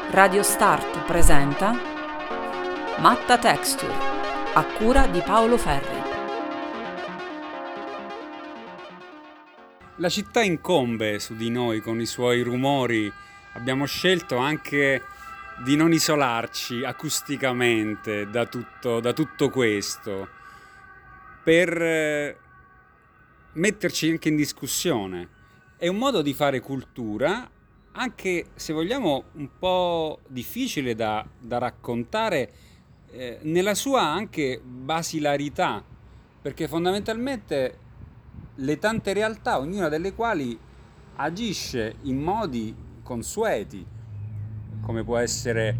Radio Start presenta Matta Texture, a cura di Paolo Ferri. La città incombe su di noi con i suoi rumori. Abbiamo scelto anche di non isolarci acusticamente da tutto questo, per metterci anche in discussione. È un modo di fare cultura, anche se vogliamo un po' difficile da raccontare, nella sua anche basilarità, perché fondamentalmente le tante realtà, ognuna delle quali agisce in modi consueti, come può essere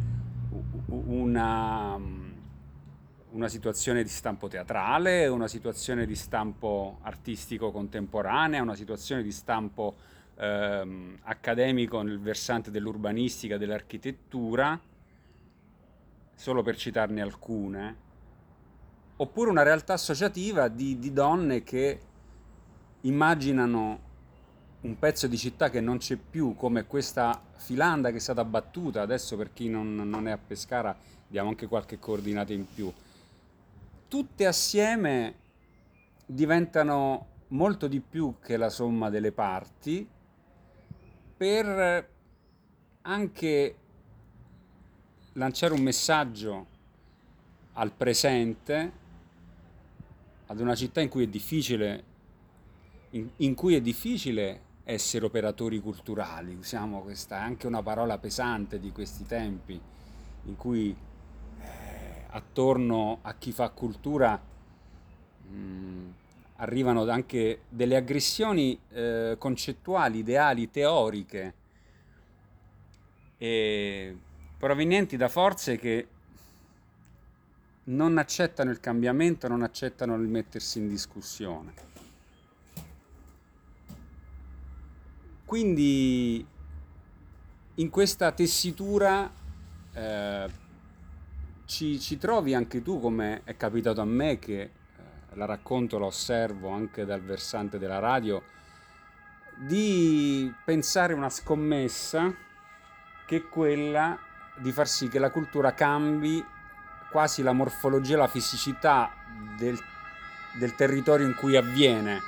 una situazione di stampo teatrale, una situazione di stampo artistico contemporanea, una situazione di stampo accademico nel versante dell'urbanistica, dell'architettura, solo per citarne alcune, oppure una realtà associativa di donne che immaginano un pezzo di città che non c'è più, come questa filanda che è stata abbattuta. Adesso, per chi non è a Pescara, diamo anche qualche coordinata in più. Tutte assieme diventano molto di più che la somma delle parti, per anche lanciare un messaggio al presente, ad una città in cui è difficile essere operatori culturali. Usiamo questa, è anche una parola pesante di questi tempi, in cui attorno a chi fa cultura arrivano anche delle aggressioni concettuali, ideali, teoriche, e provenienti da forze che non accettano il cambiamento, non accettano il mettersi in discussione. Quindi in questa tessitura ci trovi anche tu, come è capitato a me, che la racconto, la osservo anche dal versante della radio, di pensare una scommessa che è quella di far sì che la cultura cambi quasi la morfologia, la fisicità del territorio in cui avviene.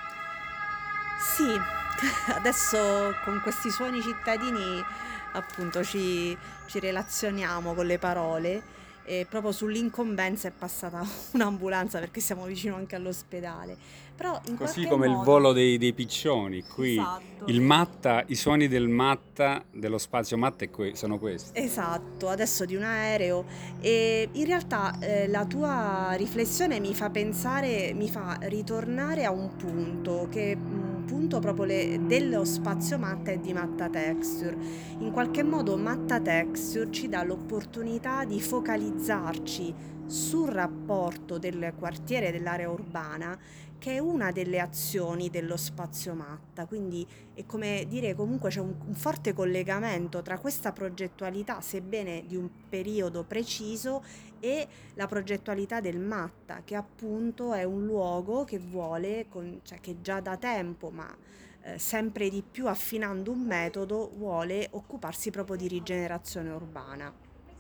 Sì, adesso con questi suoni cittadini appunto ci relazioniamo con le parole e proprio sull'incombenza è passata un'ambulanza perché siamo vicino anche all'ospedale. Però in Così qualche come il modo, volo dei piccioni, qui esatto, il matta, i suoni del matta, dello spazio matta sono questi. esatto, adesso di un aereo e in realtà la tua riflessione mi fa pensare, mi fa ritornare a un punto che un punto proprio dello spazio matta e di Matta Texture. In qualche modo Matta Texture ci dà l'opportunità di focalizzarci sul rapporto del quartiere dell'area urbana che è una delle azioni dello spazio matta, quindi è come dire comunque c'è un forte collegamento tra questa progettualità, sebbene di un periodo preciso, e la progettualità del Matta, che appunto è un luogo che vuole, cioè che già da tempo, ma sempre di più affinando un metodo, vuole occuparsi proprio di rigenerazione urbana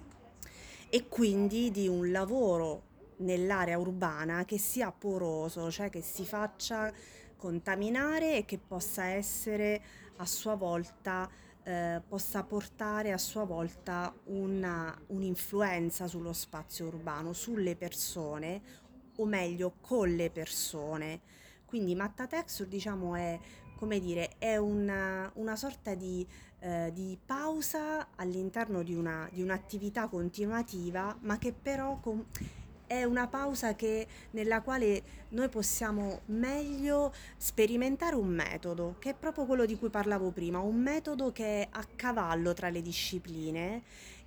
e quindi di un lavoro nell'area urbana che sia poroso, cioè che si faccia contaminare e che possa essere a sua volta, possa portare a sua volta un'influenza sullo spazio urbano, sulle persone, o meglio con le persone. Quindi Matta Texture, diciamo, è come dire, è una sorta di pausa all'interno di un'attività continuativa, ma che però è una pausa nella quale noi possiamo meglio sperimentare un metodo, che è proprio quello di cui parlavo prima, un metodo che è a cavallo tra le discipline,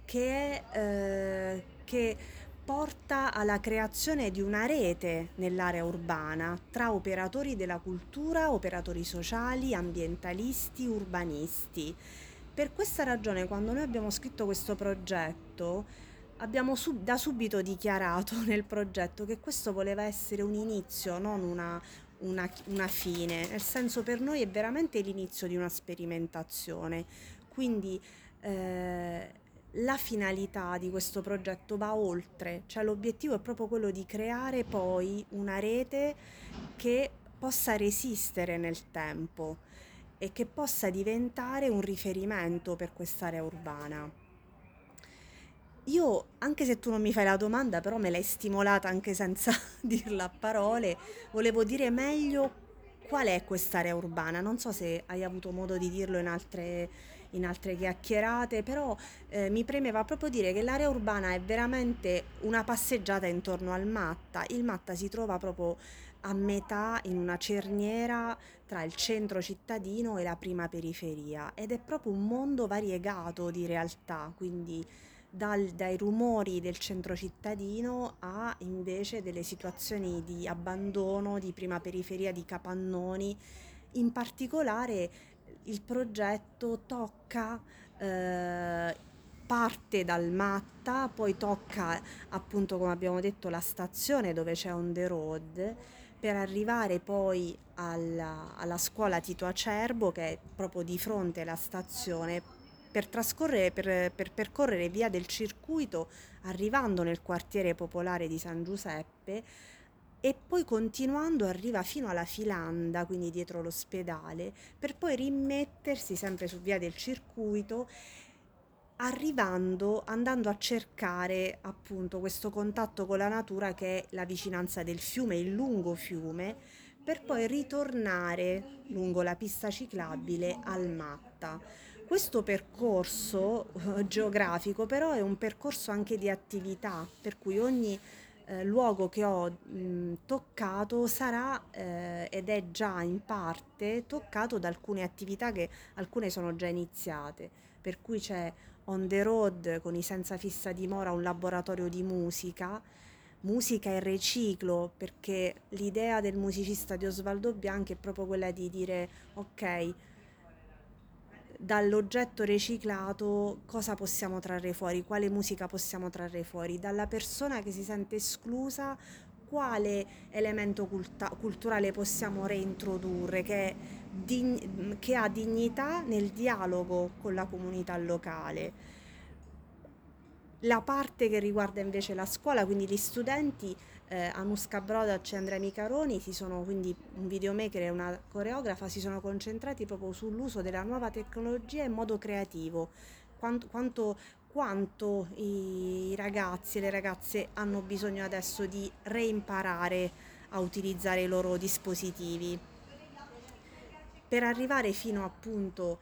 che porta alla creazione di una rete nell'area urbana tra operatori della cultura, operatori sociali, ambientalisti, urbanisti. Per questa ragione, quando noi abbiamo scritto questo progetto, abbiamo da subito dichiarato nel progetto che questo voleva essere un inizio, non una fine, nel senso per noi è veramente l'inizio di una sperimentazione. Quindi la finalità di questo progetto va oltre, cioè l'obiettivo è proprio quello di creare poi una rete che possa resistere nel tempo e che possa diventare un riferimento per quest'area urbana. Io, anche se tu non mi fai la domanda, però me l'hai stimolata anche senza dirla a parole, volevo dire meglio qual è quest'area urbana. Non so se hai avuto modo di dirlo in altre chiacchierate, però mi premeva proprio dire che l'area urbana è veramente una passeggiata intorno al Matta. Il Matta si trova proprio a metà in una cerniera tra il centro cittadino e la prima periferia ed è proprio un mondo variegato di realtà, quindi dai rumori del centro cittadino a invece delle situazioni di abbandono, di prima periferia, di capannoni. In particolare il progetto tocca, eh, parte dal Matta, poi tocca appunto come abbiamo detto la stazione dove c'è On the Road per arrivare poi alla scuola Tito Acerbo che è proprio di fronte alla stazione per percorrere via del circuito arrivando nel quartiere popolare di San Giuseppe e poi continuando arriva fino alla Filanda, quindi dietro l'ospedale, per poi rimettersi sempre su via del circuito andando a cercare appunto questo contatto con la natura che è la vicinanza del fiume, il lungo fiume, per poi ritornare lungo la pista ciclabile al Matta. Questo percorso geografico però è un percorso anche di attività, per cui ogni luogo che ho toccato sarà ed è già in parte toccato da alcune attività che alcune sono già iniziate, per cui c'è On the Road con i Senza Fissa Dimora, un laboratorio di musica e riciclo, perché l'idea del musicista di Osvaldo Bianchi è proprio quella di dire ok, dall'oggetto riciclato cosa possiamo trarre fuori, quale musica possiamo trarre fuori, dalla persona che si sente esclusa quale elemento culturale possiamo reintrodurre che ha dignità nel dialogo con la comunità locale. La parte che riguarda invece la scuola, quindi gli studenti, Anuska Brodac e Andrea Micaroni, quindi un videomaker e una coreografa, si sono concentrati proprio sull'uso della nuova tecnologia in modo creativo. Quanto i ragazzi e le ragazze hanno bisogno adesso di reimparare a utilizzare i loro dispositivi per arrivare fino appunto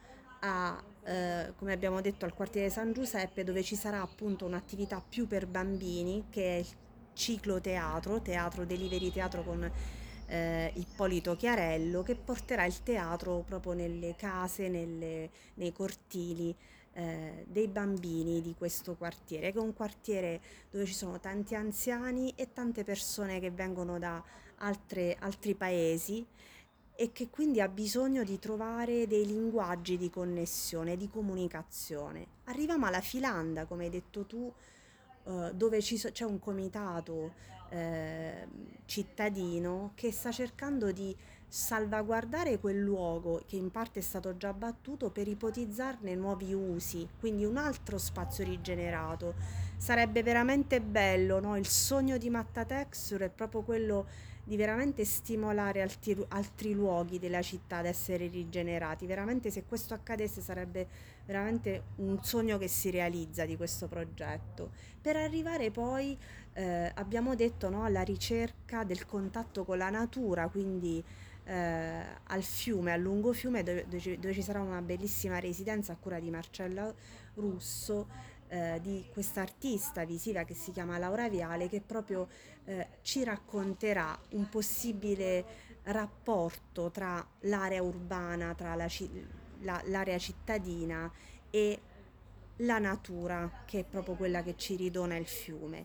come abbiamo detto, al quartiere San Giuseppe, dove ci sarà appunto un'attività più per bambini, che è il ciclo teatro, teatro delivery teatro con Ippolito Chiarello, che porterà il teatro proprio nelle case, nei cortili dei bambini di questo quartiere, che è un quartiere dove ci sono tanti anziani e tante persone che vengono da altri paesi e che quindi ha bisogno di trovare dei linguaggi di connessione, di comunicazione. Arriviamo alla Filanda, come hai detto tu, dove c'è un comitato eh, cittadino che sta cercando di salvaguardare quel luogo che in parte è stato già battuto per ipotizzarne nuovi usi, quindi un altro spazio rigenerato. Sarebbe veramente bello, no? Il sogno di Matta Texture è proprio quello di veramente stimolare altri luoghi della città ad essere rigenerati. Veramente se questo accadesse sarebbe veramente un sogno che si realizza di questo progetto. Per arrivare poi, abbiamo detto, no, alla ricerca del contatto con la natura, quindi al fiume, al lungo fiume dove ci sarà una bellissima residenza a cura di Marcella Russo, di questa artista visiva che si chiama Laura Viale, che proprio ci racconterà un possibile rapporto tra l'area urbana, tra l'area cittadina e la natura, che è proprio quella che ci ridona il fiume.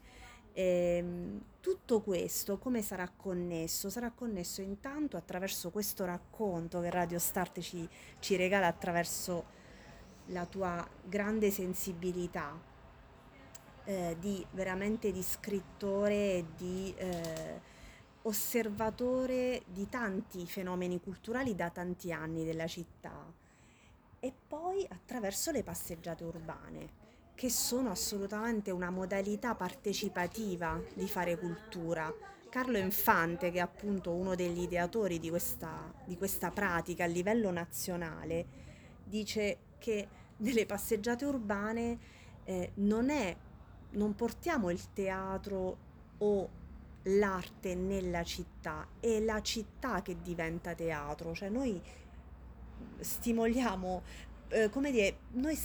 Tutto questo come sarà connesso? Sarà connesso intanto attraverso questo racconto che Radio Start ci regala attraverso la tua grande sensibilità veramente di scrittore e di osservatore di tanti fenomeni culturali da tanti anni della città e poi attraverso le passeggiate urbane. che sono assolutamente una modalità partecipativa di fare cultura. Carlo Infante, che è appunto uno degli ideatori di questa pratica a livello nazionale, dice che nelle passeggiate urbane non è, non portiamo il teatro o l'arte nella città, è la città che diventa teatro, cioè noi stimoliamo, come dire,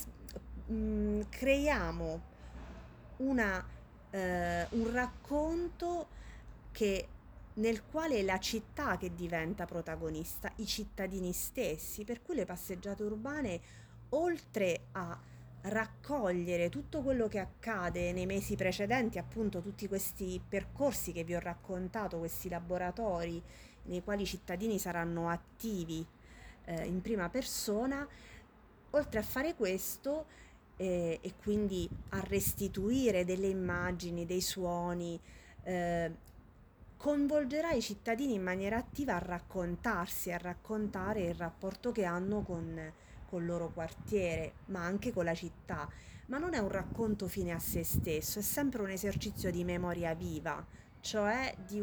creiamo una, un racconto che, nel quale è la città che diventa protagonista, i cittadini stessi, per cui le passeggiate urbane, oltre a raccogliere tutto quello che accade nei mesi precedenti, appunto tutti questi percorsi che vi ho raccontato, questi laboratori nei quali i cittadini saranno attivi in prima persona, oltre a fare questo e quindi a restituire delle immagini, dei suoni, eh, coinvolgerà i cittadini in maniera attiva a raccontarsi, a raccontare il rapporto che hanno col loro quartiere, ma anche con la città. Ma non è un racconto fine a se stesso, è sempre un esercizio di memoria viva, cioè di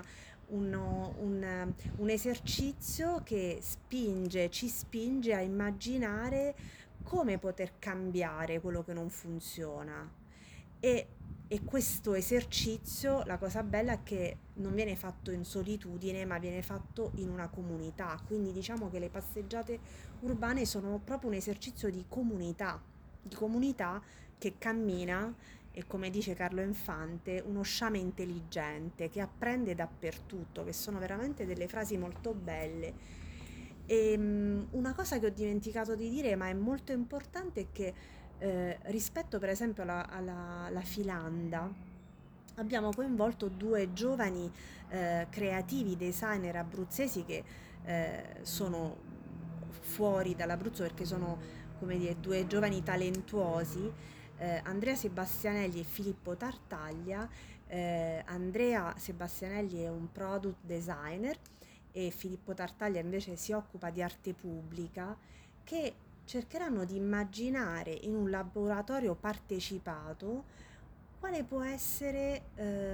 un esercizio che ci spinge a immaginare come poter cambiare quello che non funziona. E, e questo esercizio, la cosa bella è che non viene fatto in solitudine, ma viene fatto in una comunità. Quindi diciamo che le passeggiate urbane sono proprio un esercizio di comunità che cammina e, come dice Carlo Infante, uno sciame intelligente che apprende dappertutto, che sono veramente delle frasi molto belle. E una cosa che ho dimenticato di dire, ma è molto importante, è che rispetto per esempio alla Filanda, abbiamo coinvolto due giovani creativi designer abruzzesi che sono fuori dall'Abruzzo perché sono, come dire, due giovani talentuosi, Andrea Sebastianelli e Filippo Tartaglia. Andrea Sebastianelli è un product designer e Filippo Tartaglia invece si occupa di arte pubblica, che cercheranno di immaginare in un laboratorio partecipato quale può essere,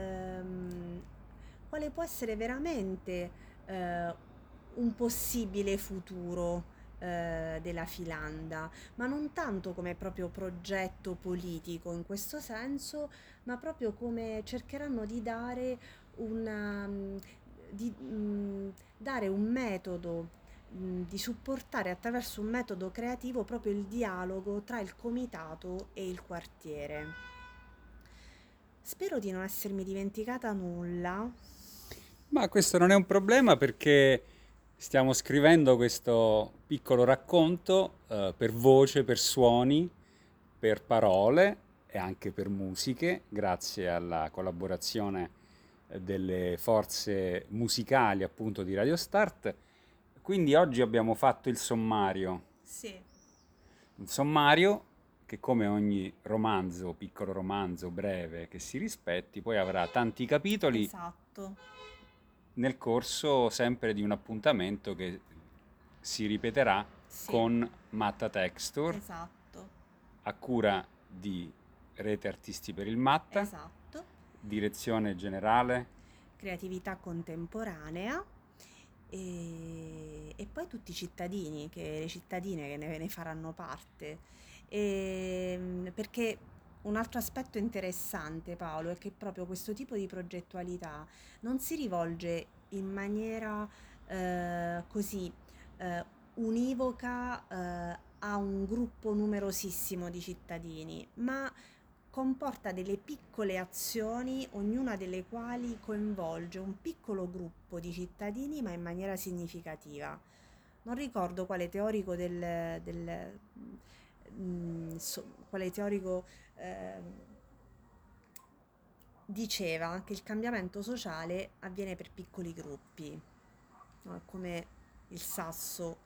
veramente un possibile futuro della Filanda, ma non tanto come proprio progetto politico in questo senso, ma proprio come cercheranno di dare dare un metodo, di supportare attraverso un metodo creativo proprio il dialogo tra il comitato e il quartiere. Spero di non essermi dimenticata nulla. Ma questo non è un problema perché stiamo scrivendo questo piccolo racconto per voce, per suoni, per parole e anche per musiche, grazie alla collaborazione delle forze musicali appunto di Radio Start. Quindi oggi abbiamo fatto il sommario, Sì, un sommario che, come ogni romanzo, piccolo romanzo breve che si rispetti, poi avrà tanti capitoli esatto. nel corso sempre di un appuntamento che si ripeterà Sì, con Matta Texture esatto. a cura di Rete Artisti per il Matta, Esatto. direzione generale. Creatività contemporanea e poi tutti i cittadini, le cittadine che ne faranno parte. Perché un altro aspetto interessante, Paolo, è che proprio questo tipo di progettualità non si rivolge in maniera così eh, univoca a un gruppo numerosissimo di cittadini, ma comporta delle piccole azioni, ognuna delle quali coinvolge un piccolo gruppo di cittadini, ma in maniera significativa. Non ricordo quale teorico quale teorico eh, diceva che il cambiamento sociale avviene per piccoli gruppi, no? È come il sasso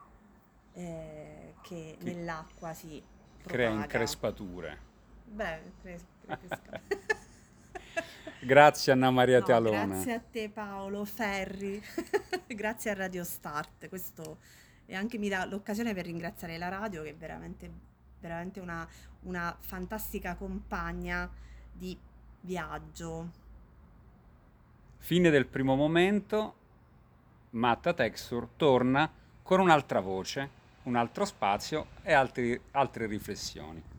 che Che nell'acqua si crea propaga. increspature. Beh, Grazie Anna Maria no, Tealona. grazie a te Paolo Ferri, grazie a Radio Start, questo e anche mi dà l'occasione per ringraziare la radio che è veramente veramente una fantastica compagna di viaggio. Fine del primo momento, Matta Texture torna con un'altra voce, un altro spazio e altre riflessioni.